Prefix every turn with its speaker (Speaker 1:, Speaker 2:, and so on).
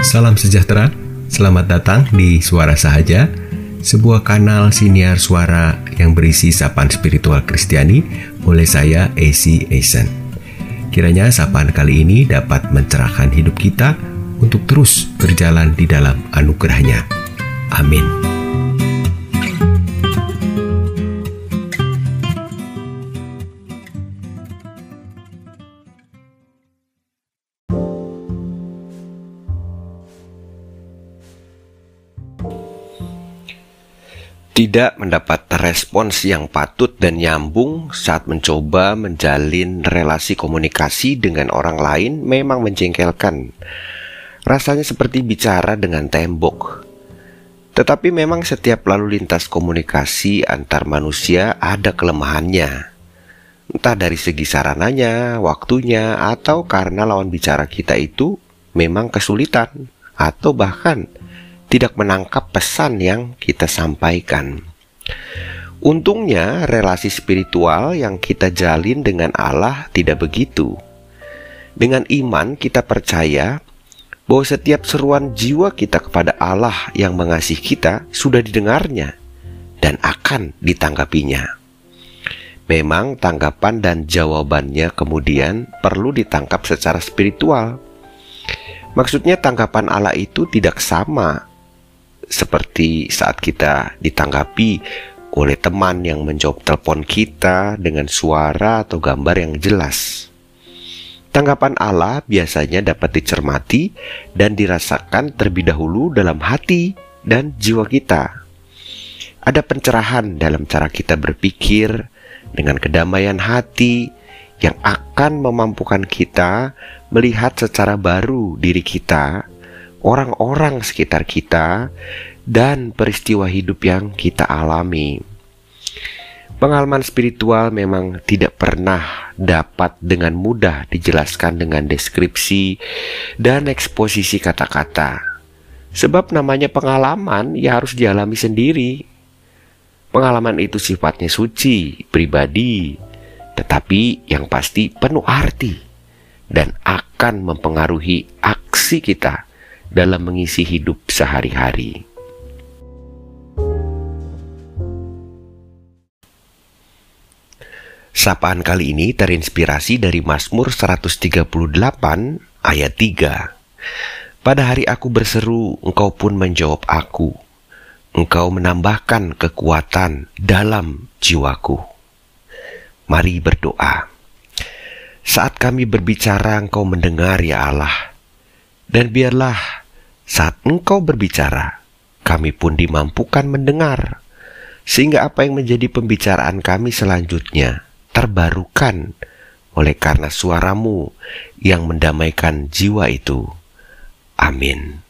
Speaker 1: Salam sejahtera, selamat datang di Suara Sahaja, sebuah kanal siniar suara yang berisi sapaan spiritual Kristiani oleh saya, AC Eisen. Kiranya sapaan kali ini dapat mencerahkan hidup kita untuk terus berjalan di dalam anugerah-Nya. Amin. Tidak mendapat respons yang patut dan nyambung saat mencoba menjalin relasi komunikasi dengan orang lain memang menjengkelkan. Rasanya seperti bicara dengan tembok. Tetapi memang setiap lalu lintas komunikasi antar manusia ada kelemahannya. Entah dari segi sarananya, waktunya, atau karena lawan bicara kita itu memang kesulitan, atau bahkan tidak menangkap pesan yang kita sampaikan. Untungnya, relasi spiritual yang kita jalin dengan Allah tidak begitu. Dengan iman kita percaya bahwa setiap seruan jiwa kita kepada Allah yang mengasihi kita sudah didengarnya dan akan ditanggapinya. Memang tanggapan dan jawabannya kemudian perlu ditangkap secara spiritual. Maksudnya tanggapan Allah itu tidak sama seperti saat kita ditanggapi oleh teman yang menjawab telepon kita dengan suara atau gambar yang jelas. Tanggapan Allah biasanya dapat dicermati dan dirasakan terlebih dahulu dalam hati dan jiwa kita. Ada pencerahan dalam cara kita berpikir dengan kedamaian hati yang akan memampukan kita melihat secara baru diri kita, orang-orang sekitar kita, dan peristiwa hidup yang kita alami. Pengalaman spiritual memang tidak pernah dapat dengan mudah dijelaskan dengan deskripsi dan eksposisi kata-kata. Sebab namanya pengalaman ya harus dialami sendiri. Pengalaman itu sifatnya suci, pribadi, tetapi yang pasti penuh arti dan akan mempengaruhi aksi kita dalam mengisi hidup sehari-hari. Sapaan kali ini terinspirasi dari Mazmur 138 ayat 3. Pada hari aku berseru, Engkau pun menjawab aku. Engkau menambahkan kekuatan dalam jiwaku. Mari berdoa. Saat kami berbicara, Engkau mendengar ya Allah. Dan biarlah saat Engkau berbicara, kami pun dimampukan mendengar, sehingga apa yang menjadi pembicaraan kami selanjutnya terbarukan oleh karena suaramu yang mendamaikan jiwa itu. Amin.